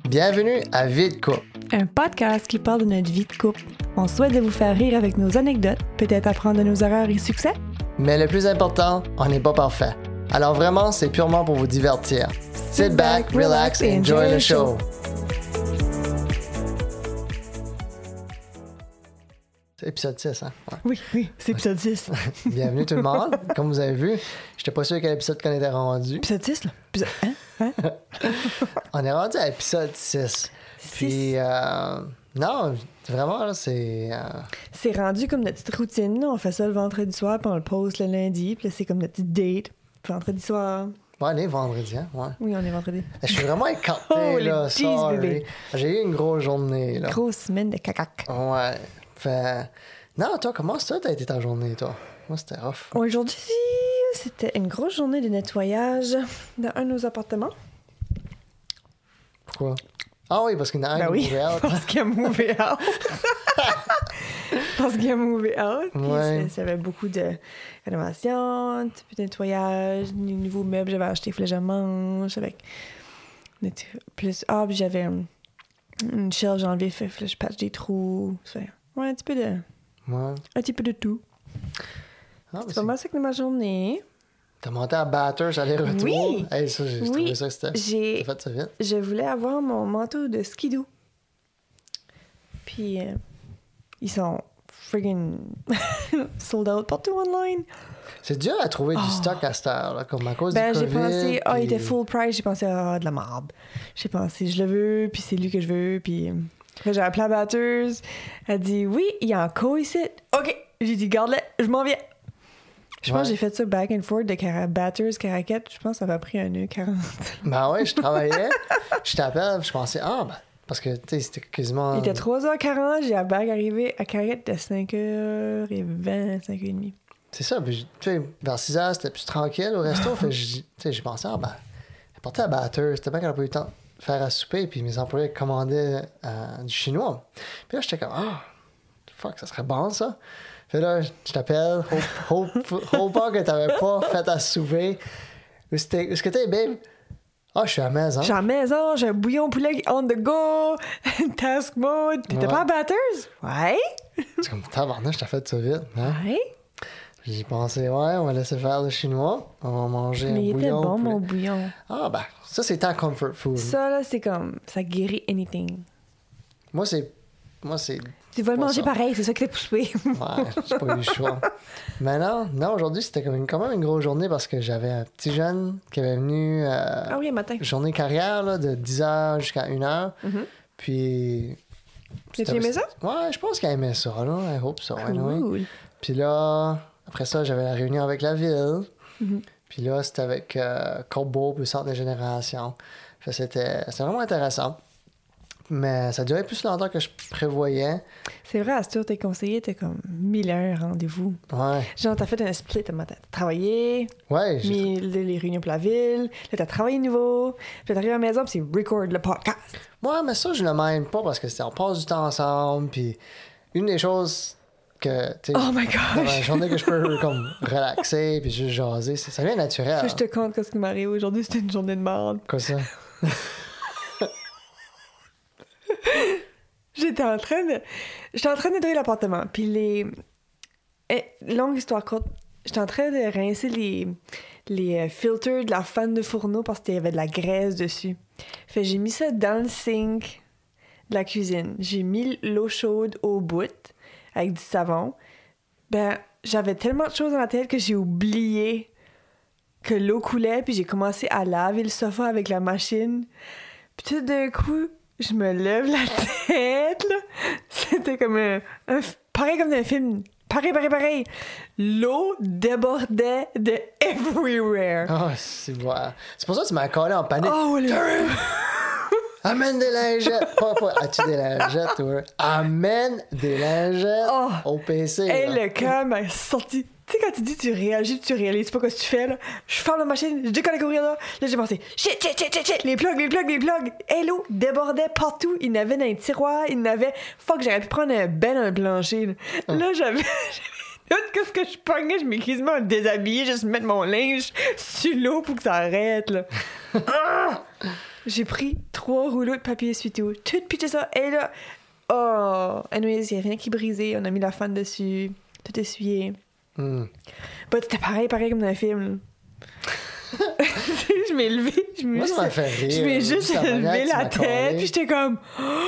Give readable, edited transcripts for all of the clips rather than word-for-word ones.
Bienvenue à Vie de couple. Un podcast qui parle de notre vie de couple. On souhaite de vous faire rire avec nos anecdotes, peut-être apprendre de nos erreurs et succès. Mais le plus important, on n'est pas parfait. Alors vraiment, c'est purement pour vous divertir. Sit back, relax et enjoy the show. C'est épisode 6, hein? Ouais. Oui, c'est épisode 6. Bienvenue tout le monde. Comme vous avez vu, j'étais pas sûr quel épisode qu'on était rendu. Épisode 6, là? Hein? On est rendu à épisode 6. Puis, non, vraiment, là, c'est... C'est rendu comme notre petite routine, là. On fait ça le vendredi soir, puis on le poste le lundi, puis là, c'est comme notre petite date. Puis vendredi soir... Ouais, on est vendredi, hein? Ouais. Oui, on est vendredi. Je suis vraiment écarté, Oh, là, les cheese, sorry. bébé. J'ai eu une grosse journée, là. Grosse semaine de cacac. Ouais. Fait... Non, toi, comment ça t'as été ta journée, toi? Moi, c'était rough. Aujourd'hui, c'était une grosse journée de nettoyage dans un de nos appartements. Pourquoi? Ah oui, parce qu'il y en a un Ben qui oui, est ouvert. parce qu'il a mové out. Parce qu'il a mové out. Puis Ouais. j'avais beaucoup de rénovation, un petit peu de nettoyage, des nouveaux meubles. J'avais acheté flèche à manche avec plus. Ah, puis j'avais une shelf, j'ai enlevé, fait je patch des trous. Fait, ouais, un petit peu de tout. Ah, C'est pas mal ça que ma journée. T'as monté à Batters, aller-retour. Oui. Hey, ça, j'ai trouvé ça que c'était... J'ai T'as fait ça vite. Je voulais avoir mon manteau de skidoo. Puis, ils sont friggin' sold out partout online. C'est dur à trouver du stock à cette heure, là, comme à cause Ben, du j'ai COVID. pensé, il puis- était full price. J'ai pensé, de la merde. J'ai pensé, je le veux, puis c'est lui que je veux. Puis, j'ai appelé la batteuse. Elle dit, oui, il y a un co ici. OK. J'ai dit, garde-le, je m'en viens. Je pense que j'ai fait ça back and forth de Batters, Caraquette. Je pense que ça m'a pris 1h40. Ben ouais, je travaillais. Je t'appelle, je pensais, parce que, tu sais, c'était quasiment... Il était 3h40, j'ai la bague arrivée à Caraquette de 5h20, 5h30. C'est ça, puis, tu sais, vers 6h, c'était plus tranquille au resto. Fait que tu sais, j'ai pensé, elle portait à Batters. C'était bien qu'elle n'a pas eu le temps de faire à souper, puis mes employés commandaient du chinois. Puis là, j'étais comme, fuck, ça serait bon, ça. Fait là, je t'appelle, hope pas que t'avais pas fait à souper. Est-ce que t'es, babe? Je suis à la maison. Je suis à la maison, j'ai un bouillon poulet on the go, task mode. T'étais Ouais. pas à Batters? Ouais. C'est comme, tabarnak, je t'ai fait ça vite. Hein? Ouais. J'ai pensé, on va laisser faire le chinois. On va manger Mais un il bouillon. était bon, poulet. mon bouillon. Ça, c'est ta comfort food. Ça, là, c'est comme, ça guérit anything. Moi, c'est... Tu vas le Pas manger ça. pareil, c'est ça qui t'est poussé. Ouais, j'ai pas eu le choix. Mais non, aujourd'hui, c'était quand même une grosse journée parce que j'avais un petit jeune qui avait venu Ah oui, un matin. journée carrière là, de 10h jusqu'à 1h. Mhm. Puis... Tu aimé ça? Ouais, je pense qu'elle aimait ça, là. I hope so, anyway. Cool. Puis là, après ça, j'avais la réunion avec la ville. Mhm. Puis là, c'était avec Corbeau, puis le centre de génération. Fait que c'était vraiment intéressant. Mais ça durait plus longtemps que je prévoyais. C'est vrai, Astur, tes conseillers étaient comme 1001 rendez-vous. Ouais. Genre, t'as fait un split, t'as travaillé, Ouais, mis les réunions pour la ville, là, t'as travaillé nouveau, puis t'arrives à la maison, puis c'est record le podcast. Ouais, mais ça, je le même pas parce que on passe du temps ensemble. Puis une des choses que, tu sais, Oh my dans la gosh! journée que je peux comme relaxer puis juste jaser, ça vient naturel. Faut que je te compte ce qui m'est arrivé aujourd'hui, c'était une journée de merde. Quoi ça? J'étais en train de nettoyer l'appartement, puis longue histoire courte, j'étais en train de rincer les filters de la fan de fourneau parce qu'il y avait de la graisse dessus. Fait que j'ai mis ça dans le sink de la cuisine. J'ai mis l'eau chaude au bout avec du savon. Ben, j'avais tellement de choses dans la tête que j'ai oublié que l'eau coulait, puis j'ai commencé à laver le sofa avec la machine. Puis tout d'un coup, je me lève la tête, là. C'était comme pareil comme dans un film. Pareil. L'eau débordait de everywhere. C'est voilà. C'est pour ça que tu m'as collé en panique. Oh, Amène des lingettes. Pas, as-tu des lingettes, toi? Amène des lingettes au PC. Et là. le cœur m'a sorti. Tu sais, quand tu dis tu réagis, tu réalises pas ce que tu fais, là. Je ferme la machine, je décolle la courrier là. Là, j'ai pensé, shit. Les plugs. Et l'eau débordait partout. Il y en avait dans les tiroirs, il y en avait. Fuck, j'aurais pu prendre un bain dans le plancher, là. Là, j'avais tout ce que je pognais, je m'ai quasiment déshabillée, juste mettre mon linge sur l'eau pour que ça arrête, là. J'ai pris 3 rouleaux de papier essuie-tout, tout pitché ça, et là, oh, anyways, il n'y a rien qui brisait, on a mis la fan dessus, tout essuyé. Bah, c'était pareil comme dans le film. Je m'ai levé, Moi, ça m'a fait rire. Je m'ai juste levé la tête, puis j'étais comme...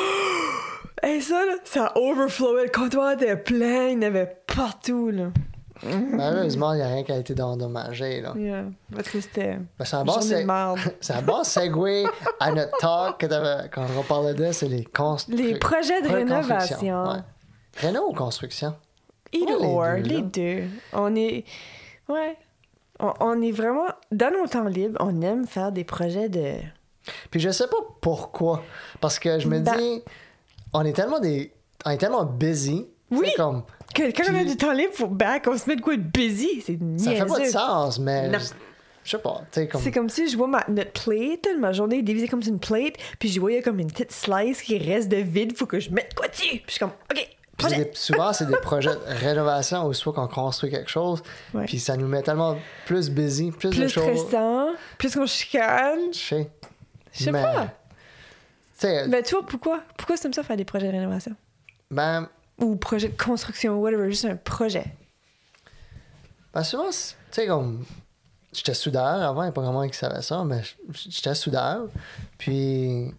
Et ça, là, ça overflowait, le comptoir était plein, il y en avait partout, là. Malheureusement, il n'y a rien qui a été endommagé, là. Yeah. C'était... C'est un bon segue à notre talk quand on parlait de c'est les projets de rénovation. Ouais. Réno ou construction? Either or, les deux. On est... Ouais. On est vraiment... Dans nos temps libres, on aime faire des projets de... Puis je sais pas pourquoi. Parce que je me dis... On est tellement busy. Oui! Comme... Quand on a du temps libre pour on se met de quoi de busy. C'est niaiseux. Ça fait pas de sens, mais... Je sais pas, tu sais, comme... C'est comme si je vois notre plate, ma journée est divisée comme une plate, puis je vois, il y a comme une petite slice qui reste de vide, faut que je mette quoi dessus. Puis je suis comme, OK, souvent, c'est des projets de rénovation où soit qu'on construit quelque chose, puis ça nous met tellement plus busy, plus de choses... Plus stressant, plus qu'on chicane. Je sais pas. Mais toi, pourquoi c'est comme ça faire des projets de rénovation? Ou projet de construction, whatever, juste un projet. Souvent, tu sais, comme... J'étais soudeur avant, il n'y a pas vraiment qui savait ça, mais j'étais soudeur. Puis,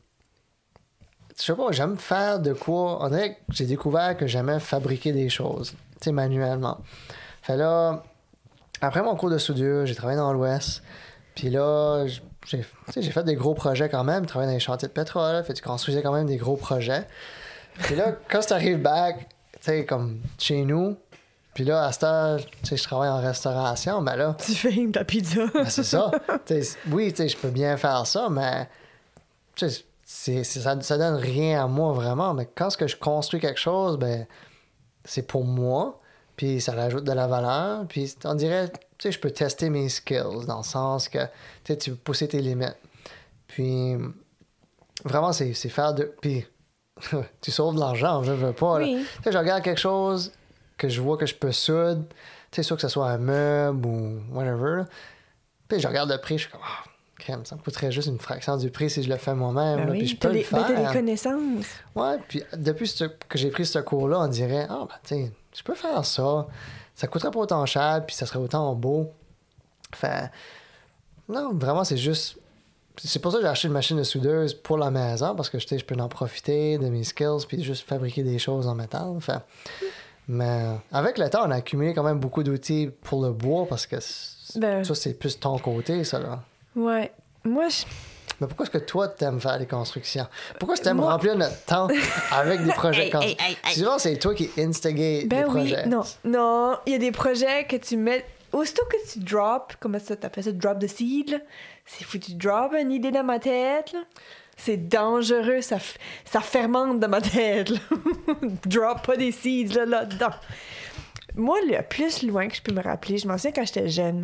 je sais pas, j'aime faire de quoi. On dirait que j'ai découvert que j'aimais fabriquer des choses, tu sais, manuellement. Fait là, après mon cours de soudure, j'ai travaillé dans l'Ouest. Puis là, j'ai fait des gros projets quand même. J'ai travaillé dans les chantiers de pétrole, fait tu construisais quand même des gros projets. Puis là, quand tu arrives back, tu sais, comme chez nous, puis là, à cette heure, tu sais, je travaille en restauration, ben là... Tu fais de la pizza. C'est ça. Oui, tu sais, je peux bien faire ça, mais tu sais, ça donne rien à moi vraiment. Mais quand je construis quelque chose, ben c'est pour moi, puis ça rajoute de la valeur, puis on dirait, tu sais, je peux tester mes skills, dans le sens que, tu sais, tu peux pousser tes limites. Puis, vraiment, c'est faire de... Puis, tu sauves de l'argent, je veux pas. Oui. Tu sais, je regarde quelque chose que je vois que je peux soudre, tu sais, soit que ce soit un meuble ou whatever. Là. Puis je regarde le prix, je suis comme, crème, ça me coûterait juste une fraction du prix si je le fais moi-même. Là, puis je peux le faire. T'as les connaissances. Ouais, puis depuis que j'ai pris ce cours-là, on dirait, tu sais, je peux faire ça. Ça coûterait pas autant cher, puis ça serait autant beau. Fait, non, vraiment, c'est juste... C'est pour ça que j'ai acheté une machine de soudeuse pour la maison, parce que je peux en profiter de mes skills, puis juste fabriquer des choses en métal. Fait... Mais avec le temps, on a accumulé quand même beaucoup d'outils pour le bois parce que ça, c'est plus ton côté, ça, là. Ouais. Moi, Mais pourquoi est-ce que toi, t'aimes faire des constructions? Pourquoi est-ce que t'aimes remplir notre temps avec des projets comme... Souvent, c'est toi qui instigate des projets. Non, il y a des projets que tu mets... Aussitôt que tu drop, comment ça t'appelles ça, drop the seed, là? C'est foutu drop une idée dans ma tête, là. C'est dangereux, ça fermente dans ma tête. Là. Drop pas des seeds là-dedans. Moi, le plus loin que je peux me rappeler, je m'en souviens quand j'étais jeune.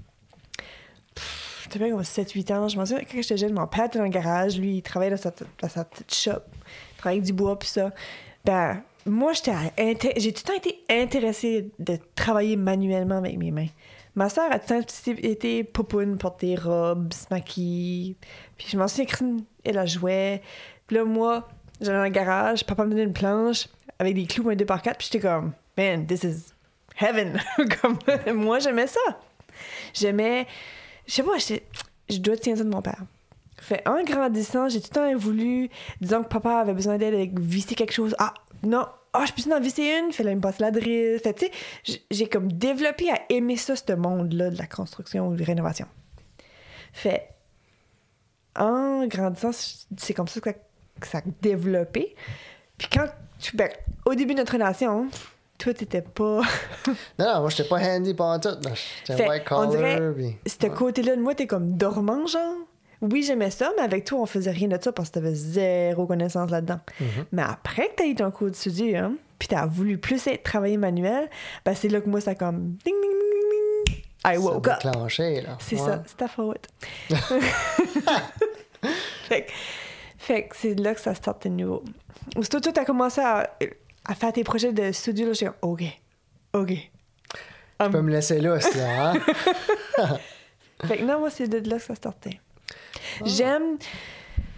J'étais bien comme 7-8 ans. Je m'en souviens quand j'étais jeune, mon père était dans le garage. Lui, il travaillait dans sa petite shop. Il travaillait avec du bois pis ça. Ben, moi, j'ai tout le temps été intéressée de travailler manuellement avec mes mains. Ma sœur a tout le temps été popoune, porter robes, se maquiller. Puis je m'en souviens, Christine, elle a joué. Puis là, moi, j'allais dans le garage, papa me donnait une planche avec des clous, un 2x4, puis j'étais comme, man, this is heaven. Comme, moi, j'aimais ça. J'aimais... Je sais pas, je dois tenir ça de mon père. Fait, en grandissant, j'ai tout le temps voulu, disons que papa avait besoin d'aide avec visser quelque chose. Ah, non, je peux en visser une? Fait là, il me passe la drille. Fait, tu sais, j'ai comme développé à aimer ça, ce monde-là de la construction ou de rénovation. Fait, en grandissant, c'est comme ça que ça a développé. Puis quand au début de notre relation, toi, t'étais pas... non, moi, j'étais pas handy pendant tout. J'étais white collar. On dirait, puis... ce côté-là de moi, t'es comme dormant, genre. Oui, j'aimais ça, mais avec toi, on faisait rien de ça parce que t'avais zéro connaissance là-dedans. Mm-hmm. Mais après que t'as eu ton cours de soudure, hein, puis t'as voulu plus travailler manuel, ben c'est là que moi, ça comme... Ding, ding, ding, ding. I woke up. Déclenché, là. C'est ça, c'est ta faute. fait que c'est là que ça start de nouveau. Aussitôt, toi, t'as commencé à faire tes projets de soudure, là, j'ai dit, OK. Tu peux me laisser là, hein? Fait que non, moi, c'est de là que ça startait. Oh.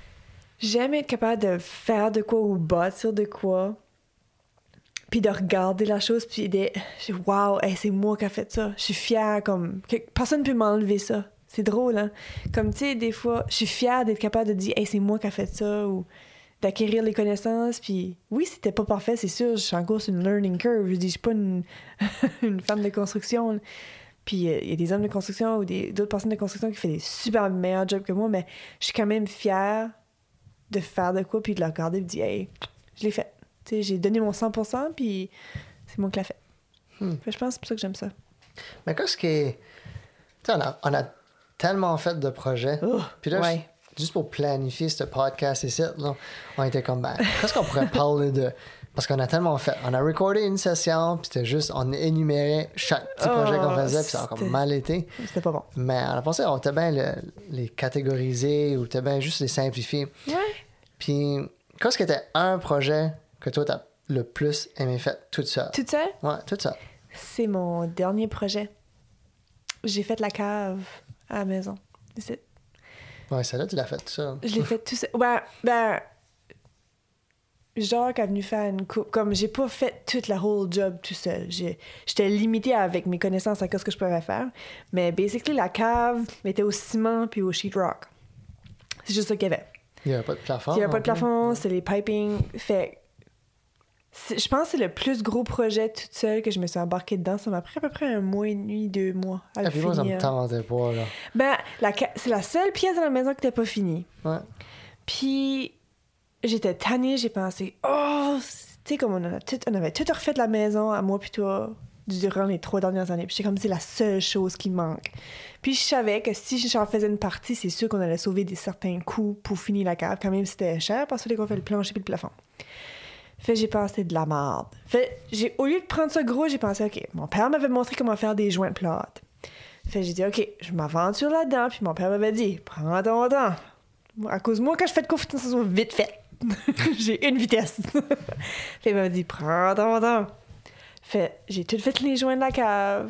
J'aime être capable de faire de quoi ou bâtir de quoi, puis de regarder la chose, puis de... Wow, hey, c'est moi qui a fait ça. Je suis fière, comme... Personne ne peut m'enlever ça. C'est drôle, hein? Comme, tu sais, des fois, je suis fière d'être capable de dire « Hey, c'est moi qui a fait ça », ou d'acquérir les connaissances, puis... Oui, c'était pas parfait, c'est sûr, je suis encore sur une learning curve. Je dis, je suis pas une femme de construction, puis il y a des hommes de construction ou d'autres personnes de construction qui font des super meilleurs jobs que moi, mais je suis quand même fière de faire de quoi, puis de la regarder et de dire « Hey, je l'ai fait ». Tu sais, j'ai donné mon 100%, puis c'est moi qui l'ai fait. Fait que je pense que c'est pour ça que j'aime ça. Mais qu'est-ce qui est... Tu sais, on a tellement fait de projets. Puis là, ouais. juste pour planifier ce podcast ici, là, on était comme, ben, qu'est-ce qu'on pourrait parler de... Parce qu'on a tellement fait. On a recordé une session, puis c'était juste, on énumérait chaque petit projet qu'on faisait, puis ça a comme mal été. C'était pas bon. Mais on a pensé, on était bien les catégoriser, ou était bien juste les simplifier. Ouais. Puis, qu'est-ce qui était un projet que toi, t'as le plus aimé faire toute seule? Toute seule? Ouais, toute seule. C'est mon dernier projet. J'ai fait la cave à la maison. C'est... Ouais, celle-là, tu l'as fait tout seul. Je l'ai fait tout seul. Ouais, ben... Jacques est venu faire une coupe. Comme j'ai pas fait toute la whole job tout seul. J'étais limitée avec mes connaissances à ce que je pouvais faire. Mais basically, la cave était au ciment puis au sheetrock. C'est juste ça qu'il y avait. Il n'y avait pas de plafond. Il n'y avait pas de plafond, c'est les piping. Fait... Je pense que c'est le plus gros projet toute seule que je me suis embarquée dedans. Ça m'a pris à peu près 1 mois et demi, 2 mois à le puis finir. moi, ça me tentait pas, là. Ben, c'est la seule pièce de la maison qui n'était pas finie. Ouais. Puis, j'étais tannée, j'ai pensé, oh, tu sais, comme on avait tout refait de la maison, à moi puis toi, durant les 3 dernières années. Puis j'étais comme, c'est la seule chose qui manque. Puis je savais que si j'en faisais une partie, c'est sûr qu'on allait sauver certains coûts pour finir la cave, quand même c'était cher, parce qu'il fallait qu'on fait le plancher puis le plafond. Fait j'ai pensé de la merde. Fait au lieu de prendre ça gros, j'ai pensé, OK, mon père m'avait montré comment faire des joints plates. Fait j'ai dit, OK, je m'aventure là-dedans, puis mon père m'avait dit, prends ton temps. À cause de moi, quand je fais de course, ça soit vite fait. J'ai une vitesse. Fait il m'a dit, prends ton temps. Fait j'ai tout fait les joints de la cave.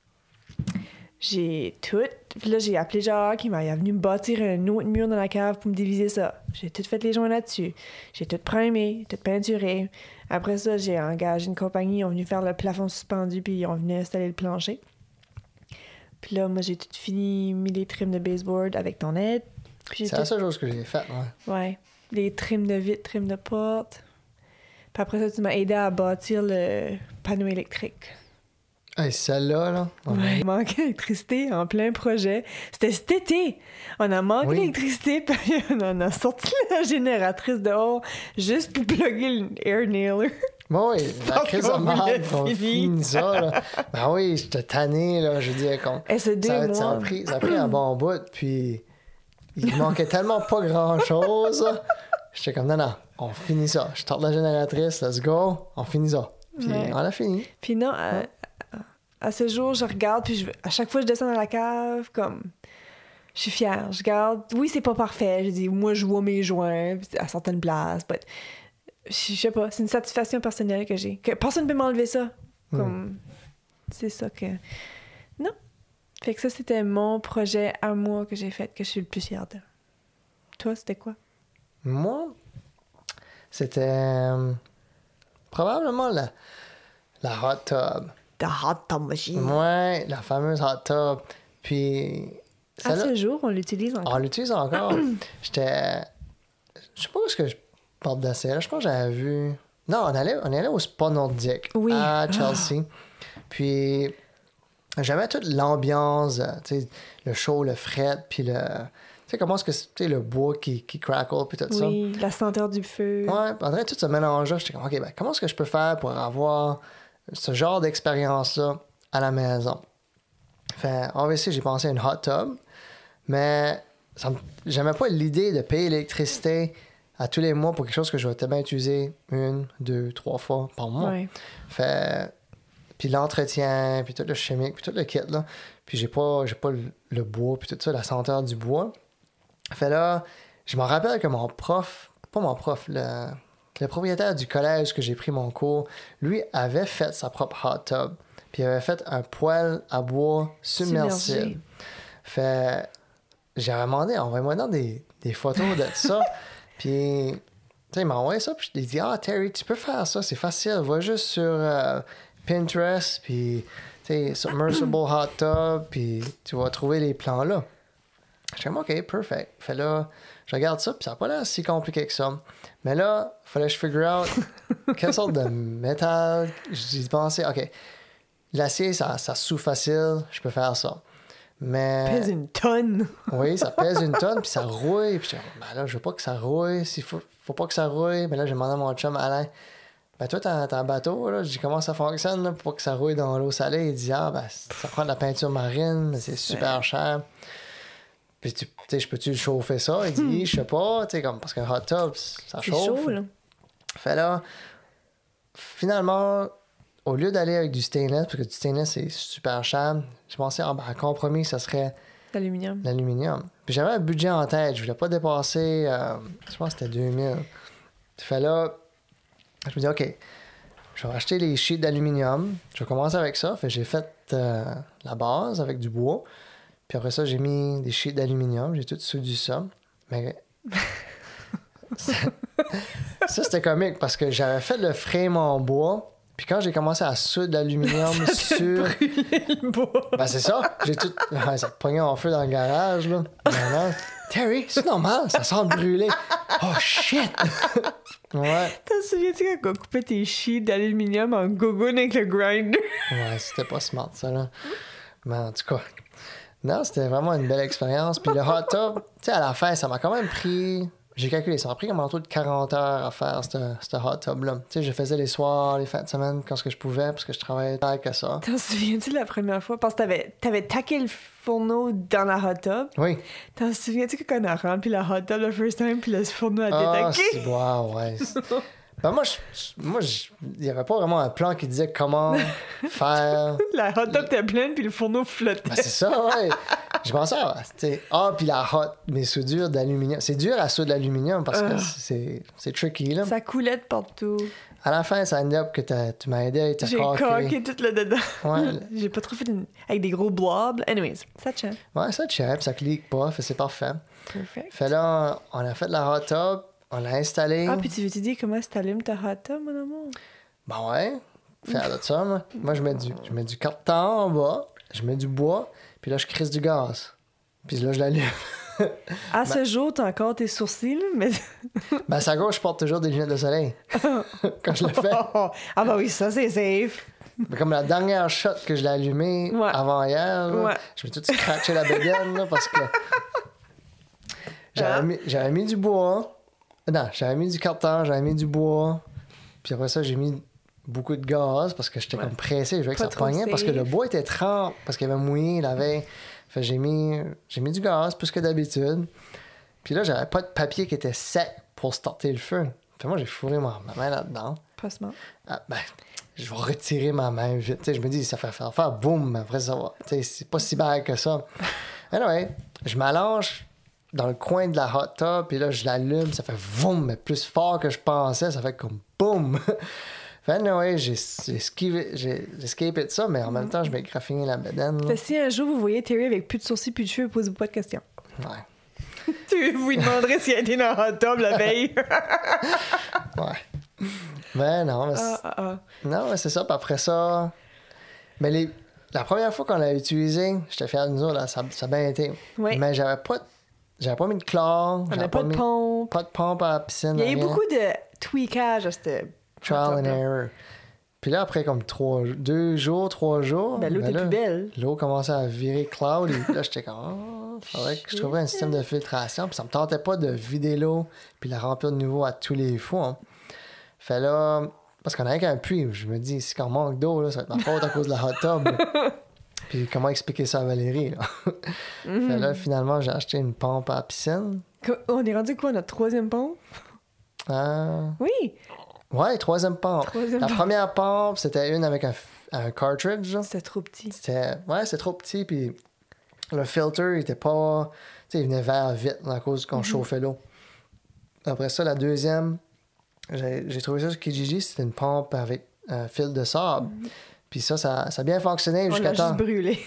J'ai tout... Puis là, j'ai appelé Jacques, il est venu me bâtir un autre mur dans la cave pour me diviser ça. J'ai tout fait les joints là-dessus. J'ai tout primé, tout peinturé. Après ça, j'ai engagé une compagnie, ils ont venu faire le plafond suspendu, puis ils ont venu installer le plancher. Puis là, moi, j'ai tout fini, mis les trims de baseboard avec ton aide. C'est la seule chose que j'ai faite, ouais. Ouais. Les trims de vitres, trims de porte. Puis après ça, tu m'as aidé à bâtir le panneau électrique. Hey, celle-là, là. Ouais, il manquait d'électricité en plein projet. C'était cet été. On a manqué d'électricité, puis on a sorti la génératrice dehors juste pour plugger l'air nailer. Bon, oui, la crise de merde, on finit ça, là. Ben oui, j'étais tanné, là. Je veux dire, ça a pris un bon bout, puis il manquait tellement pas grand-chose. J'étais comme, non, on finit ça. Je tente la génératrice, let's go, on finit ça. Puis on a fini. Puis non, à ce jour, je regarde, puis à chaque fois que je descends dans la cave, comme, je suis fière. Je regarde, oui, c'est pas parfait. Je dis, moi, je vois mes joints à certaines places, but je sais pas, c'est une satisfaction personnelle que j'ai. Que personne ne peut m'enlever ça. Comme, c'est ça que... Non. Fait que ça, c'était mon projet à moi que j'ai fait, que je suis le plus fière de. Toi, c'était quoi? Moi, c'était probablement la hot tub. The hot tub machine. Ouais, la fameuse hot tub. Puis... À ce jour, on l'utilise encore. On l'utilise encore. Je sais pas où est-ce que je porte d'essai. Là, je pense que j'avais vu... Non, on est allé au Spa Nordique à Chelsea. Puis j'aimais toute l'ambiance, tu sais, le chaud, le fret, puis le... Tu sais, comment est-ce que c'est le bois qui crackle, puis tout ça. Oui, la senteur du feu. Ouais, en train de tout se mélanger. J'étais comme, OK, ben comment est-ce que je peux faire pour avoir ce genre d'expérience-là à la maison? Fait, obviously, j'ai pensé à une hot tub, mais j'aimais pas l'idée de payer l'électricité à tous les mois pour quelque chose que je vais peut-être bien utiliser 1, 2, 3 fois par mois. Ouais. Fait, puis l'entretien, puis tout le chimique, puis tout le kit, là. Puis j'ai pas le bois, puis tout ça, la senteur du bois. Fait là, je me rappelle que le propriétaire du collège que j'ai pris mon cours, lui avait fait sa propre hot tub. Puis il avait fait un poêle à bois submersible. Fait, j'ai demandé, envoie-moi donc des photos de ça. Puis, tu sais, il m'a envoyé ça, puis je lui ai dit, ah, Terry, tu peux faire ça, c'est facile. Va juste sur Pinterest, puis, tu sais, Submersible Hot Tub, puis tu vas trouver les plans là. Je suis comme, OK, perfect. Fait là, je regarde ça, puis ça n'a pas l'air si compliqué que ça. Mais là, il fallait que je figure out quelle sorte de métal. J'ai pensé, OK, l'acier, ça souffle facile, je peux faire ça. Mais... Pèse une tonne. Oui, ça pèse une tonne, puis ça rouille. Puis je dis, ben là, je veux pas que ça rouille. S'il faut pas que ça rouille. Mais là, j'ai demandé à mon chum, Alain, ben toi, t'as un bateau, là. Je dis, comment ça fonctionne, là, pour pas que ça rouille dans l'eau salée? Il dit, ah, ben, ça prend de la peinture marine, mais c'est super cher. Puis, tu sais, je peux-tu chauffer ça? Il dit, je sais pas, tu sais, comme, parce qu'un hot tub, ça chauffe. C'est chaud, là. Fait là, finalement, au lieu d'aller avec du stainless, parce que du stainless, c'est super cher, j'ai pensé, ah, ben, un compromis, ça serait L'aluminium. l'aluminium. Puis j'avais un budget en tête, je voulais pas dépasser, je pense que c'était 2000. Fait là, je me dis, OK, je vais acheter les sheets d'aluminium, je vais commencer avec ça. Fait j'ai fait la base avec du bois. Puis après ça, j'ai mis des sheets d'aluminium. J'ai tout soudu ça. Mais ça, c'était comique parce que j'avais fait le frame en bois. Puis quand j'ai commencé à soudre l'aluminium sur... le bois. Ben c'est ça. J'ai tout... Ouais, ça pognait en feu dans le garage, là. Maintenant, Terry, c'est normal, ça sent brûler. Oh, shit! Ouais. T'en souviens-tu quand on coupait tes sheets d'aluminium en gogoune avec le grinder? Ouais, c'était pas smart, ça, là. Mais en tout cas... Non, c'était vraiment une belle expérience. Puis le hot tub, tu sais, à la fin, ça m'a quand même pris... J'ai calculé, ça m'a pris comme en tout de 40 heures à faire ce hot tub-là. Tu sais, je faisais les soirs, les fins de semaine, quand ce que je pouvais, parce que je travaillais pas que ça. T'en souviens-tu de la première fois? Parce que t'avais taqué le fourneau dans la hot tub. Oui. T'en souviens-tu que quand on a rempli la hot tub le first time, puis le fourneau a Ah, détaqué? c'est... Wow, ouais. Ben moi, il n'y avait pas vraiment un plan qui disait comment faire... La hot tub était pleine, puis le fourneau flottait. Ben c'est ça, ouais. Je pensais, puis la mes soudures d'aluminium. C'est dur à soudre l'aluminium parce que c'est tricky, là. Ça coulait de partout. À la fin, ça ended up que tu m'as aidé, t'as J'ai caqué. caqué tout le dedans. Ouais. J'ai pas trop fait avec des gros blobs. Anyways, ça tient. Ouais, ça tient, puis ça clique pas, fait c'est parfait. Perfect. Fait là, on a fait la hot tub, on l'a installé. Ah, puis tu veux-tu dire comment t'allumes ta hot tub, mon amour? Ben ouais, faire de ça, moi. Moi, je mets du carton en bas, je mets du bois, puis là, je crisse du gaz. Puis là, je l'allume. À ce jour, t'as encore tes sourcils, là, mais... Ben, à gauche, je porte toujours des lunettes de soleil. Quand je le fais. Ah, bah oui, ça, c'est safe. Mais comme la dernière shot que je l'ai allumée avant hier, là, je me suis tout scratché la bédaine, là, parce que j'avais mis du bois. Non, j'avais mis du carton, j'avais mis du bois. Puis après ça, j'ai mis beaucoup de gaz parce que j'étais comme pressé. Je voulais que ça pognait parce que le bois était trempe, parce qu'il avait mouillé la veille. Fait que j'ai mis du gaz plus que d'habitude. Puis là, j'avais pas de papier qui était sec pour starter le feu. Fait moi, j'ai fourré ma main là-dedans. Pas smart. Ah, ben, je vais retirer ma main vite. T'sais, je me dis, ça fait faire boum, après ça va. T'sais, c'est pas si bad que ça. Anyway, je m'allonge dans le coin de la hot tub, puis là, je l'allume, ça fait boum, mais plus fort que je pensais, ça fait comme boum. Fait anyway, j'ai escapé de ça, mais en même temps, je m'ai graffiné la bedaine. Fait si un jour vous voyez Terry avec plus de sourcils, plus de cheveux, posez-vous pas de questions. Ouais. Tu vous lui demanderez s'il a été dans la hot tub la veille. Ouais. Mais non, mais non, mais c'est ça. Puis après ça... Mais la première fois qu'on l'a utilisé, j'étais fier de nous autres, là, ça a bien été. Oui. Mais j'avais pas mis de chlore. On n'a pas de pompe. Pas de pompe à la piscine. Il y a eu rien. beaucoup de tweakage à cette... Trial and error. Puis là, après comme 3 jours... Ben, l'eau était plus belle. L'eau commençait à virer cloud. Et là, j'étais comme... faudrait que je trouverais un système de filtration. Puis ça me tentait pas de vider l'eau puis la remplir de nouveau à tous les fois. Hein. Fait là... Parce qu'on a qu'un puits. Je me dis, si on manque d'eau, là, ça va être ma faute à cause de la hot tub. Puis comment expliquer ça à Valérie, là? Fait là, finalement, j'ai acheté une pompe à la piscine. On est rendu quoi, notre troisième pompe? Oui! Ouais, troisième pompe. La première pompe, c'était une avec un cartridge. C'était trop petit. C'est trop petit. Puis le filter, il était pas... Tu sais, il venait vert vite à cause qu'on chauffait l'eau. Après ça, la deuxième, j'ai trouvé ça sur Kijiji. C'était une pompe avec un fil de sable. Puis ça a bien fonctionné jusqu'à temps. On l'a juste brûlé.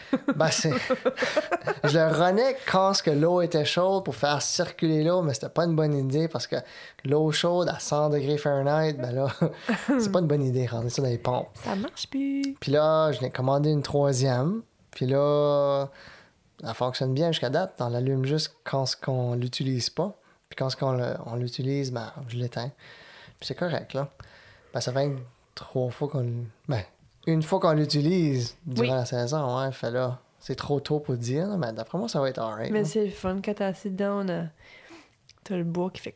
Ben, c'est... Je le renais quand ce que l'eau était chaude pour faire circuler l'eau, mais c'était pas une bonne idée parce que l'eau chaude à 100 degrés Fahrenheit, ben là, c'est pas une bonne idée, rentrer ça dans les pompes. Ça marche plus. Puis là, je l'ai commandé une troisième. Puis là, elle fonctionne bien jusqu'à date. On l'allume juste quand on l'utilise pas. Puis quand on l'utilise, ben, je l'éteins. Puis c'est correct, là. Ben, ça fait 3 fois qu'on... Ben, une fois qu'on l'utilise durant la saison, ouais. Fait là, c'est trop tôt pour dire, là, mais d'après moi, ça va être alright. Mais c'est le fun quand t'es assis dedans, t'as le bois qui fait...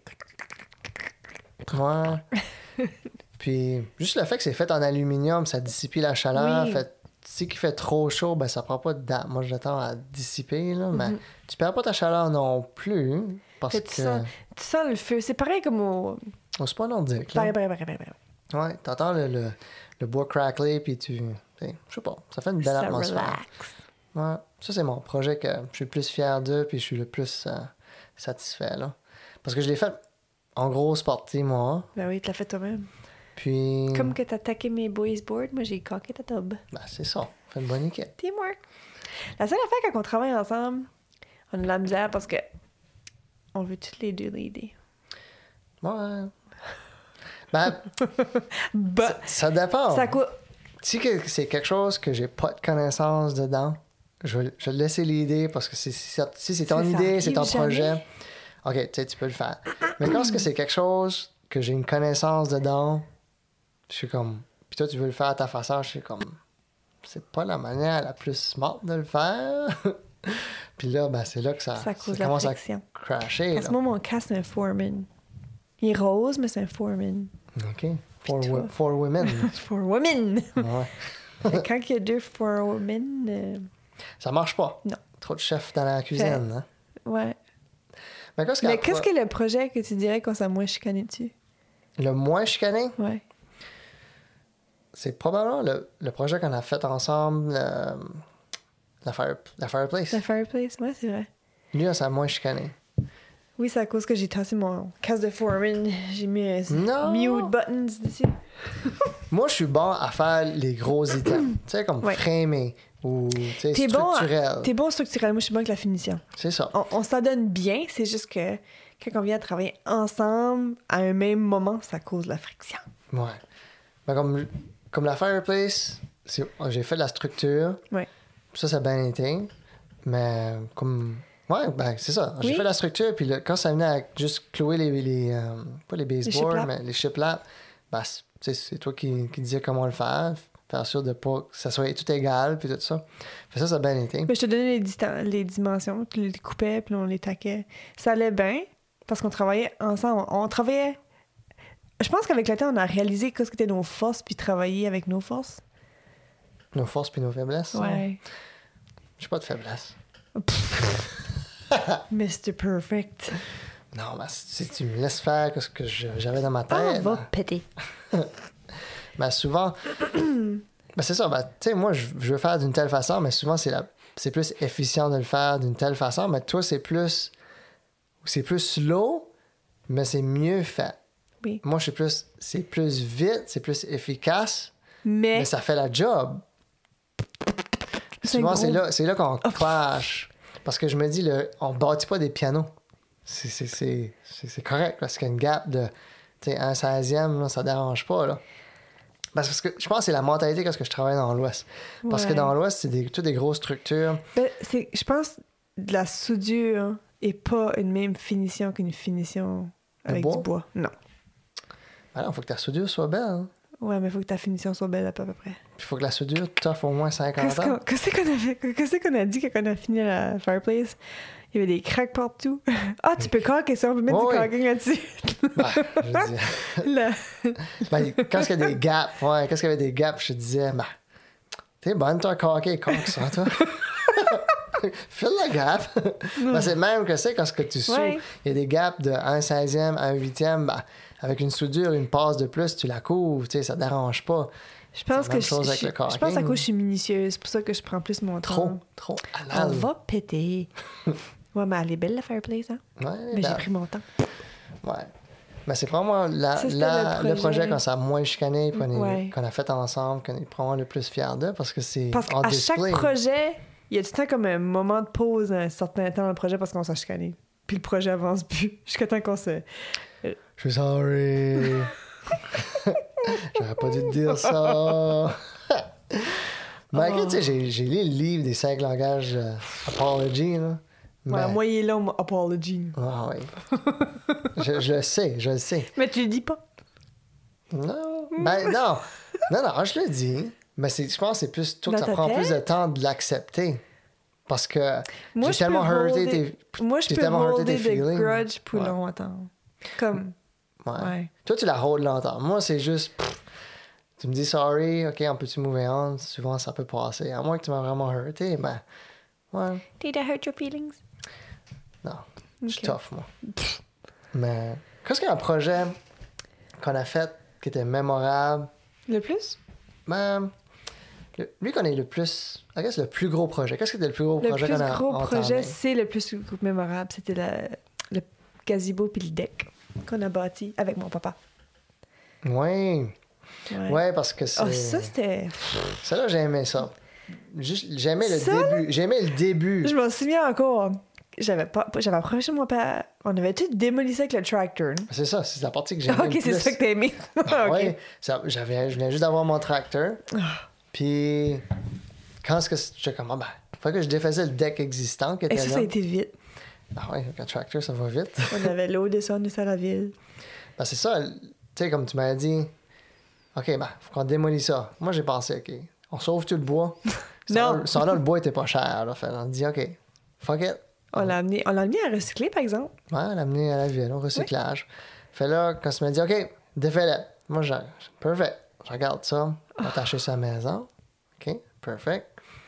Ouais. Puis juste le fait que c'est fait en aluminium, ça dissipe la chaleur. Oui. Fait si il fait trop chaud, ben ça prend pas de date. Moi, je l'attends à dissiper, là, mais tu perds pas ta chaleur non plus. Parce Fait que. tu sens le feu. C'est pareil comme au... Oh, c'est pas nordique, là. Pareil. Ouais, t'entends le bois crackler, puis je sais pas, ça fait une belle Ça atmosphère. relax. Ouais, ça, c'est mon projet que je suis le plus fier d'eux, puis je suis le plus satisfait, là. Parce que je l'ai fait en grosse partie, moi. Ben oui, tu l'as fait toi-même. Puis. Comme que t'as attaqué mes boys boards, moi j'ai caqué ta tub. Ben, c'est ça. On fait une bonne équipe. Teamwork. La seule affaire quand on travaille ensemble, on a de la misère parce que on veut toutes les deux l'aider. Ouais. Ben, Bah, ça dépend. ça coûte. Si c'est quelque chose que j'ai pas de connaissance dedans, je vais le laisser l'idée parce que si c'est ton Ça idée, c'est ton arrive projet, jamais. OK, tu sais, tu peux le faire. Mais quand c'est quelque chose que j'ai une connaissance dedans, je suis comme... Puis toi, tu veux le faire à ta façon, je suis comme... C'est pas la manière la plus smart de le faire. Puis là, ben, c'est là que ça cause la commence friction. à crasher. Parce Là. que moi, mon casque, c'est un Foreman. Il est rose, mais c'est un Foreman. OK. For toi? women. For women! Ouais. Fait que quand il y a deux For women, Ça marche pas. Non. Trop de chefs dans la cuisine. Hein? ouais. Mais qu'est-ce Mais qu'est-ce que le projet que tu dirais qu'on s'est moins chicané dessus? Le moins chicané, Ouais. c'est probablement le projet qu'on a fait ensemble, la fireplace. La fireplace, ouais, c'est vrai. Lui, ça a moins chicané. Oui, c'est à cause que j'ai tassé mon casque de Foreman. J'ai mis Non! mute buttons dessus. Moi, je suis bon à faire les gros items. Tu sais, comme Ouais. framé ou T'es structurel. T'es bon structurel, moi je suis bon avec la finition. C'est ça. On s'adonne bien, c'est juste que quand on vient travailler ensemble à un même moment, ça cause la friction. Ouais. Ben, comme la fireplace, j'ai fait de la structure. Ouais. Ça a bien été. Mais comme... Ouais, ben c'est ça. J'ai Oui. fait de la structure, puis quand ça venait à juste clouer pas les baseboards, shiplaps. mais les shiplaps, ben, c'est toi qui disais comment le faire sûr de pas que ça soit tout égal, puis tout ça. Fait ça a bien été. Mais je te donnais les dimensions, tu les coupais, puis on les taquait. Ça allait bien, parce qu'on travaillait ensemble. On travaillait... Je pense qu'avec le temps, on a réalisé qu'est-ce qu'étaient nos forces, puis travailler avec nos forces. Nos forces puis nos faiblesses. Ouais. J'ai pas de faiblesse. Mr. Perfect. Non, mais si tu me laisses faire ce que j'avais dans ma Ah, tête... va péter. Ben souvent... ben c'est ça, ben tu sais, moi, je veux faire d'une telle façon, mais souvent, c'est plus efficient de le faire d'une telle façon, mais toi, c'est plus slow, mais c'est mieux fait. Oui. Moi, c'est plus vite, c'est plus efficace, Mais mais ça fait la job. C'est Souvent, gros. c'est là qu'on clash. Parce que je me dis, on bâtit pas des pianos. C'est correct, parce qu'il y a une gap de 1/16e, là, ça dérange pas. Là. Parce que je pense que c'est la mentalité quand je travaille dans l'Ouest. Parce que Ouais. dans l'Ouest, c'est toutes des grosses structures. ben, je pense de la soudure est pas une même finition qu'une finition avec bois? du bois. Non. Alors, il faut que ta soudure soit belle. Hein. Ouais, mais il faut que ta finition soit belle à peu près. Puis il faut que la soudure t'offre au moins 50 ans. Qu'est-ce qu'on a dit quand on a fini la fireplace? Il y avait des craques partout. Ah, tu peux caquer ça, on peut mettre Ouais, du ouais. caquing là-dessus. Ben, je veux dire, Là. quand il y a des gaps, quand il y avait des gaps, je te disais, ben, t'es bonne, toi, caquer, caque ça, toi. File la gap. Ben, c'est même que c'est quand ce que tu souds, Ouais. il y a des gaps de 1/16e, 1/8e, ben, avec une soudure, une passe de plus, tu la couvres, tu sais, ça te dérange pas. Je pense C'est la que même chose avec le je pense à caulking. cause que je suis minutieuse. C'est pour ça que je prends plus mon temps. Trop. On Halal. va péter. Ouais, mais elle est belle, la fireplace, hein? Ouais, Mais ben, j'ai pris mon temps. ouais. Ben, c'est probablement Ça, c'était le projet qu'on s'est moins chicané, Ouais. qu'on a fait ensemble, qu'on est probablement le plus fiers de, parce que c'est Parce en qu'à display. chaque projet, il y a tout le temps comme un moment de pause un certain temps dans le projet parce qu'on s'est chicané. Puis le projet avance plus jusqu'à temps qu'on se... Je suis sorry. J'aurais pas dû te dire ça. Malgré, tu sais, j'ai lu le livre des 5 langages apology, là. Ouais, moi, il est là, mon apology. Ah oui. je le sais. Mais tu le dis pas. Non. Ben non, je le dis. Mais je pense que c'est plus toi que Dans ça ta prend plus de tête? temps de l'accepter. Parce que Moi, j'ai tellement hurté Moi, je j'ai peux tellement hurté holder tes the feelings. grudge pour Ouais. longtemps. Comme... Ouais. Ouais. Toi, tu la holds longtemps. Moi, c'est juste... tu me dis sorry, OK, on peut-tu move on? Souvent, ça peut passer. À moins que tu m'as vraiment hurté, ben... Ouais. Did I hurt your feelings? Non. Je suis Ok. tough, moi. Mais... Qu'est-ce qu'il y a un projet qu'on a fait qui était mémorable? Le plus? Ben... Lui qu'on est le plus... I guess le plus gros projet. Qu'est-ce qui était le plus gros Le projet plus qu'on a gros entamé? projet, c'est le plus mémorable. C'était le gazebo puis le deck qu'on a bâti avec mon papa. Oui. Ouais, parce que c'est... Oh, ça, c'était... Ça, là, j'ai aimé ça. Juste, j'aimais le Ça, début. J'aimais le début. Je m'en souviens encore. J'avais approché mon père. On avait tout démoli ça avec le tractor. C'est ça, c'est la partie que j'aimais Ok, le c'est plus. ça que t'as aimé. Ah, Ok. ouais, je venais juste d'avoir mon tracteur. Puis, quand est-ce que j'étais comme, ben, faut que je défaisais le deck existant qui était Et ça là. a été vite. Ah ouais, avec un tracteur, ça va vite. On avait l'eau descendre à la ville. Ben, c'est ça, tu sais, comme tu m'as dit, OK, ben, faut qu'on démolisse ça. Moi, j'ai pensé, OK, on sauve tout le bois. Non. Ça, là, le bois était pas cher. Là, fait, on dit, OK, fuck it. On l'a amené à recycler, par exemple. Ouais, on l'a amené à la ville, au recyclage. Fait là, quand tu m'as dit, OK, défais-le. Moi, perfect. Je regarde ça, attacher ça à la maison. OK, perfect.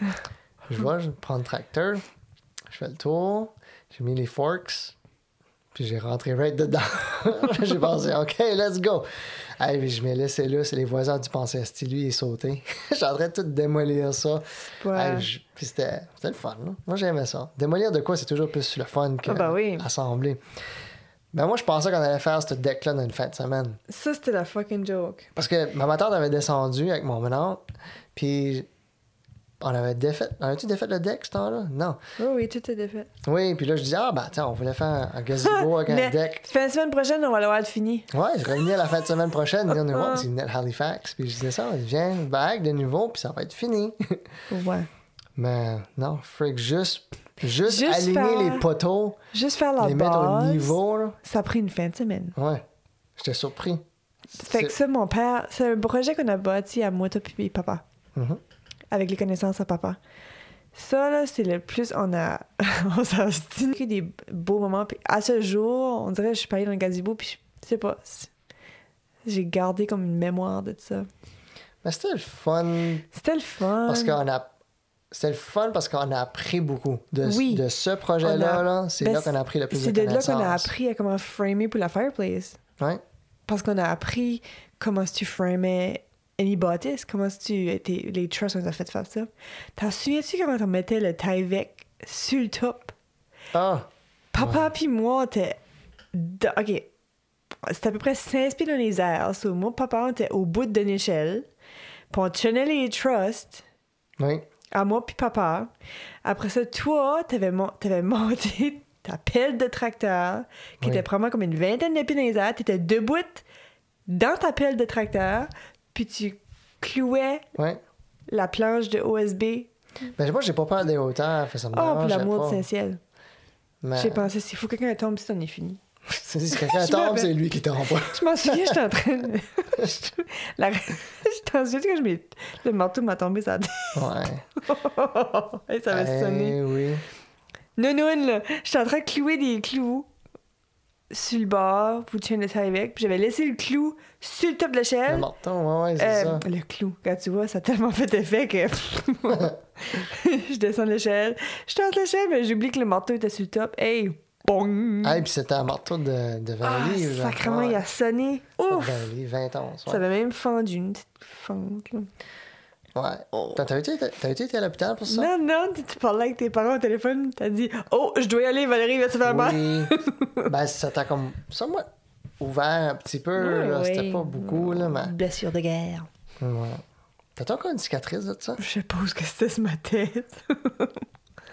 Je prends le tracteur, je fais le tour, j'ai mis les forks, puis j'ai rentré right dedans. J'ai pensé, OK, let's go. Hey, puis je m'ai laissé là, c'est les voisins du pensée, lui, il est sauté. J'étais en train de tout démolir ça. Ouais. Hey, puis c'était le fun, là. Moi, j'aimais ça. Démolir de quoi, c'est toujours plus le fun que oui. assembler. Ben moi, je pensais qu'on allait faire ce deck-là dans une fin de semaine. Ça, c'était la fucking joke. Parce que ma tante avait descendu avec mon oncle, puis on avait défait... On avait-tu défait le deck, ce temps-là? Non. Oui, tout est défait. Oui, puis là, je disais, tiens, on voulait faire un gazebo avec un Mais deck. fin de semaine prochaine, on va l'avoir fini. Ouais, je revenais à la fin de semaine prochaine, venir nous voir, puis il venait de Halifax, puis je disais ça, viens, bague de nouveau, puis ça va être fini. Ouais. Mais non, freak, juste Juste aligner faire- les poteaux, Juste faire la les mettre au base, niveau, là. ça a pris une fin de semaine. Ouais, j'étais surpris. Fait que ça, mon père, c'est un projet qu'on a bâti à moi, toi, puis papa. Mhm. Avec les connaissances à papa. Ça, là, c'est le plus... On s'est obstiné des beaux moments. Puis à ce jour, on dirait que je suis pas allée dans le gazebo, puis je sais pas. J'ai gardé comme une mémoire de ça. Mais c'était le fun. C'était le fun. C'était le fun parce qu'on a appris beaucoup de ce On projet-là. a- Là. C'est Ben, là qu'on a appris le plus de C'est de là connaissances. qu'on a appris à comment framer pour la fireplace. Ouais. Parce qu'on a appris comment tu framais une bâtisse, comment les trusses, on a fait faire ça. T'en souviens-tu comment on mettait le Tyvek sur le top? Ah! Papa puis moi, OK. C'était à peu près 5 pieds dans les airs. So, moi, papa, on était au bout d'une échelle. Puis on tenait les trusses Oui. à moi puis papa. Après ça, toi, t'avais monté ta pelle de tracteur, qui Oui. était probablement comme une vingtaine de pieds dans les airs. T'étais debout dans ta pelle de tracteur, puis tu clouais Ouais. la planche de OSB. Ben, moi, j'ai pas peur des hauteurs. Fait, ça me Oh, pour dérangeait l'amour de pas. Saint-Ciel. Mais... J'ai pensé, s'il faut que quelqu'un tombe, si on est fini. si quelqu'un Je tombe, m'appelle- c'est lui qui tombe. Je m'en souviens, j'étais en train de... Je t'en souviens quand le marteau m'a tombé sur la tête. Ouais. Et ça avait sonné. Oui. Nounoun, là, j'étais en train de clouer des clous sur le bord pour tenir le Tyvek, puis j'avais laissé le clou sur le top de Le l'échelle. marteau, ouais, c'est ça. Le clou, quand tu vois, ça a tellement fait effet que je descends l'échelle, je tente l'échelle, mais j'oublie que le marteau était sur le top. Hey, bong! Ah, puis c'était un marteau de 20 livres. genre. Sacrément, Ouais. il a sonné. Pas Ouf! 20 livres, 20 onces. Ça Ouais. avait même fendu une petite fente. Là. Ouais. T'as été à l'hôpital pour ça? Non, tu parlais avec tes parents au téléphone, t'as dit « Oh, je dois y aller, Valérie va se faire mal. Oui. Ben, ça t'a comme somewhat ouvert un petit peu. Là. C'était pas beaucoup, là, mais... Blessure de guerre. Ouais. T'as encore une cicatrice de ça? Je sais pas où est-ce que c'était sur ma tête.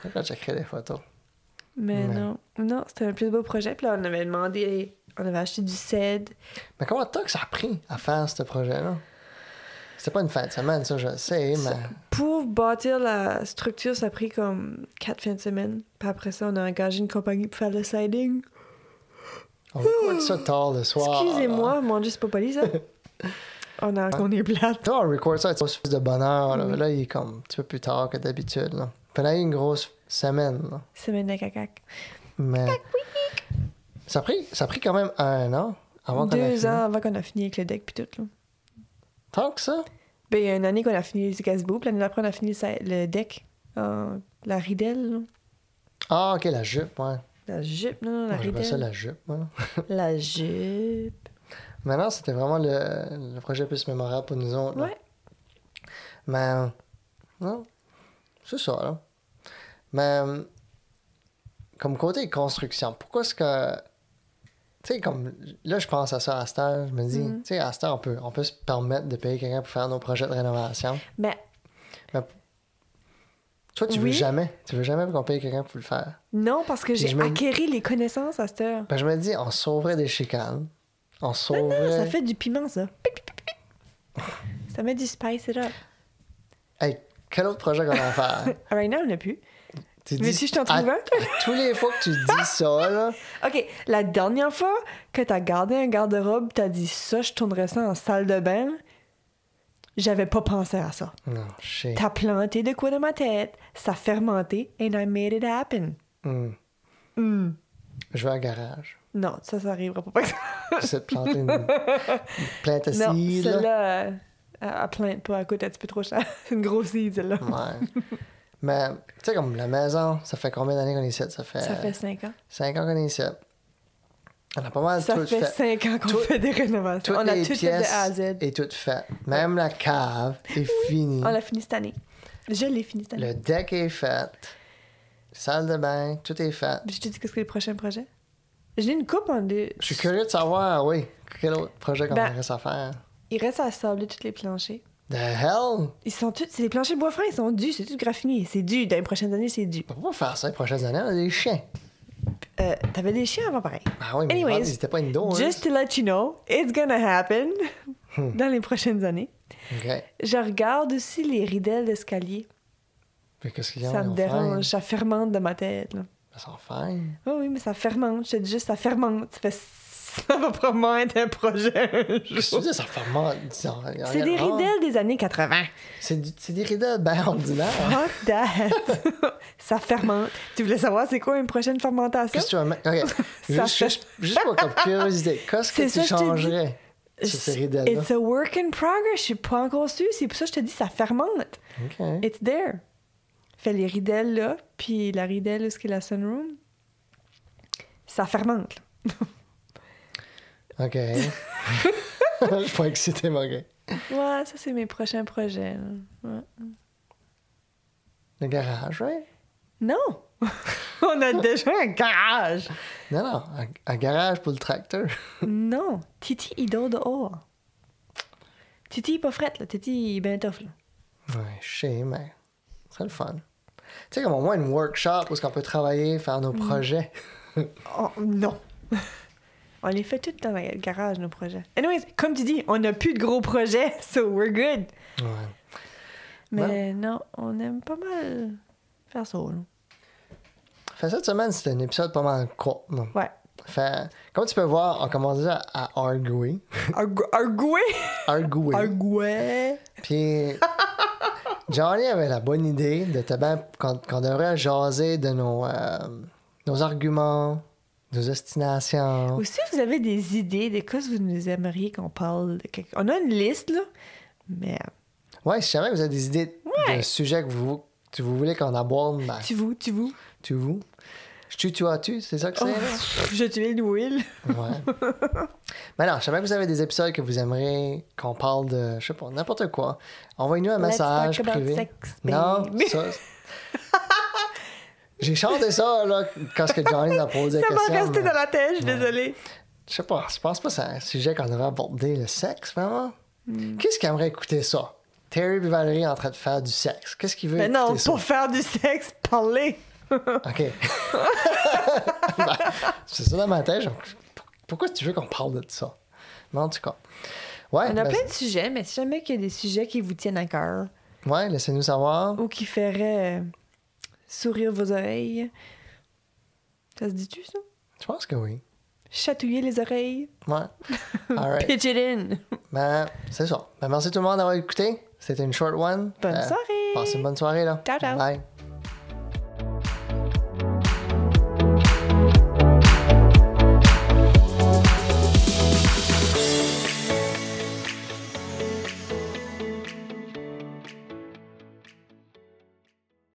Je checkerai des photos. Mais Ouais. non, c'était un plus beau projet. Puis là, on avait demandé, on avait acheté du cèdre. Mais combien de temps que ça a pris à faire ce projet-là? C'était pas une fin de semaine, ça, je le sais, mais... Pour bâtir la structure, ça a pris comme 4 fins de semaine. Puis après ça, on a engagé une compagnie pour faire le siding. On record ça tard le soir. Excusez-moi, mon Dieu, c'est pas poli, ça. On est plate. Toi, on record ça avec une grosse de bonheur. Là. Là, il est comme un petit peu plus tard que d'habitude. Là. Puis là, il y a une grosse semaine. Là. Semaine de cacac. Mais ça a pris quand même 1 an avant qu'on ait 2 fini. ans avant qu'on a fini avec le deck puis tout, là. Tant que ça? Ben, il y a une année qu'on a fini le gazebo, puis l'année d'après, on a fini le deck. La ridelle, là. Ah, OK, la jupe, ouais. La jupe, non, la Moi, j'appelle ça ridelle. la jupe, moi. La jupe. Maintenant, c'était vraiment le projet le plus mémorable pour nous autres. Là. Ouais. Mais, non, c'est ça, là. Mais, comme côté construction, pourquoi est-ce que... Tu sais, comme... Là, je pense à ça à cette heure. Je me dis, tu sais, à cette heure, on peut se permettre de payer quelqu'un pour faire nos projets de rénovation. Mais Toi, tu veux Oui. jamais. Tu veux jamais qu'on paye quelqu'un pour le faire. non, parce que Puis j'ai je me- acquéri les connaissances à cette heure. Ben, je me dis, on sauverait des chicanes. On sauverait... Ça fait du piment, ça. Pic, pic, pic, pic. Ça met du spice it up. Hey, quel autre projet qu'on va faire? Right now, on n'a plus. Tu Mais dis- si je t'en à- trouve un? à tous les fois que tu dis ça, là... OK, la dernière fois que t'as gardé un garde-robe, t'as dit ça, je tournerais ça en salle de bain, j'avais pas pensé à ça. Non, je sais. T'as planté de quoi dans ma tête, ça a fermenté, and I made it happen. Je veux un garage. Non, ça arrivera pas. J'essaie de planter une plante à Non, seed, là. celle-là, elle plante pas, elle coûte un petit peu trop cher. C'est une grosse seed, celle-là. Ouais. Mais, tu sais, comme la maison, ça fait combien d'années qu'on est ici? Ça fait... Ça fait 5 ans. 5 ans qu'on est ici. On a pas mal Ça tout fait fait. 5 ans qu'on Tout- fait des rénovations. Toutes On a les tout fait de pièces A à Z. est tout fait. Même la cave est finie. On l'a fini cette année. Je l'ai fini cette année. Le deck est fait. Salle de bain, tout est fait. Je te dis qu'est-ce que est le prochain projet? J'ai une coupe en deux. Je suis curieux de savoir, oui, quel autre projet qu'on Ben- reste à faire. Il reste à sabler tous les planchers. The hell? Ils sont tous... C'est des planchers bois francs, ils sont dus. C'est tout graffiné. C'est dû. Dans les prochaines années, c'est dû. On peut pas faire ça les prochaines années, on a des chiens. T'avais des chiens avant, pareil. Ah oui, mais Anyways, ils étaient pas indoors. Just to let you know, it's gonna happen dans les prochaines années. OK. Je regarde aussi les ridelles d'escalier. Puis qu'est-ce qu'il y a? Ça me dérange. Ça fermente de ma tête, là. Ça sont fine. Oh oui, mais ça fermente. Je te dis juste, ça fermente. Ça va probablement être un projet un Qu'est-ce que tu jour. dis, ça fermente? C'est des ridelles des années 80. C'est des ridelles bien ordinaires. Fuck that. Ça fermente. Tu voulais savoir c'est quoi une prochaine fermentation? Qu'est-ce que tu vas mettre? OK. Ça Juste pour comme curiosité, qu'est-ce que C'est ça, tu je t'ai dit. changerais sur ces ridelles-là? It's a work in progress. Je suis pas encore sûre. C'est pour ça que je te dis ça fermente. OK. It's there. Fait les ridelles là, puis la ridelle, ce qui est la sunroom, ça fermente. là. OK. Je suis pas excité, mon gars. Ouais, ça c'est mes prochains projets. là. Ouais. Le garage, right? Non! On a déjà un garage! Non, non. Un garage pour le tracteur. Non! Titi, il dort dehors. Titi, il est pas frette, là. Titi, il est bien tough, là. Ouais, je sais, mais ce serait le fun. Tu sais, comme au moins une workshop où on peut travailler, faire nos projets. Oh, non! On les fait tous dans le garage, nos projets. Anyways, comme tu dis, on n'a plus de gros projets, so we're good. Ouais. Mais non, on aime pas mal faire ça, là. Fait cette semaine, c'était un épisode pas mal court. Non? Ouais. Fait, comme tu peux voir, on commence déjà à arguer. Arguer! Arguer. Arguer! Puis, Johnny avait la bonne idée de qu'on devrait jaser de nos arguments, nos ostinations. Ou si vous avez des idées de quoi vous nous aimeriez qu'on parle de quelque... On a une liste, là, mais Ouais, si jamais vous avez des idées Ouais. de sujets que vous voulez qu'on aborde, ben, tu vous. tu vous. Tu as-tu, c'est ça que c'est, Oh, là? je tuais l'huile. Ouais. Mais non, je savais que vous avez des épisodes que vous aimeriez qu'on parle de, je sais pas, n'importe quoi. Envoyez-nous un Let's message talk about privé. sex, Non, baby. ça. J'ai chanté ça, là, quand ce que Johnny a posé la Ça question. m'a resté mais dans la tête, je suis Ouais. désolée. Je sais pas, je pense pas que c'est un sujet qu'on devrait aborder, le sexe, vraiment. Hmm. Qu'est-ce qui aimerait écouter ça? Terry et Valérie en train de faire du sexe. Qu'est-ce qu'il veut Mais non, écouter ça? pour faire du sexe, parler. OK. Ben, c'est ça dans ma tête. Pourquoi tu veux qu'on parle de ça? Mais en tout cas. Ouais, On a plein de sujets, mais si jamais qu'il y a des sujets qui vous tiennent à cœur. Ouais, laissez-nous savoir. Ou qui feraient sourire vos oreilles. Ça se dit-tu, ça? Je pense que oui. Chatouiller les oreilles. Ouais. All right. Pitch it in. Ben, c'est ça. Ben, merci tout le monde d'avoir écouté. C'était une short one. Bonne soirée. Passez une bonne soirée, là. Ciao, ciao. Bye.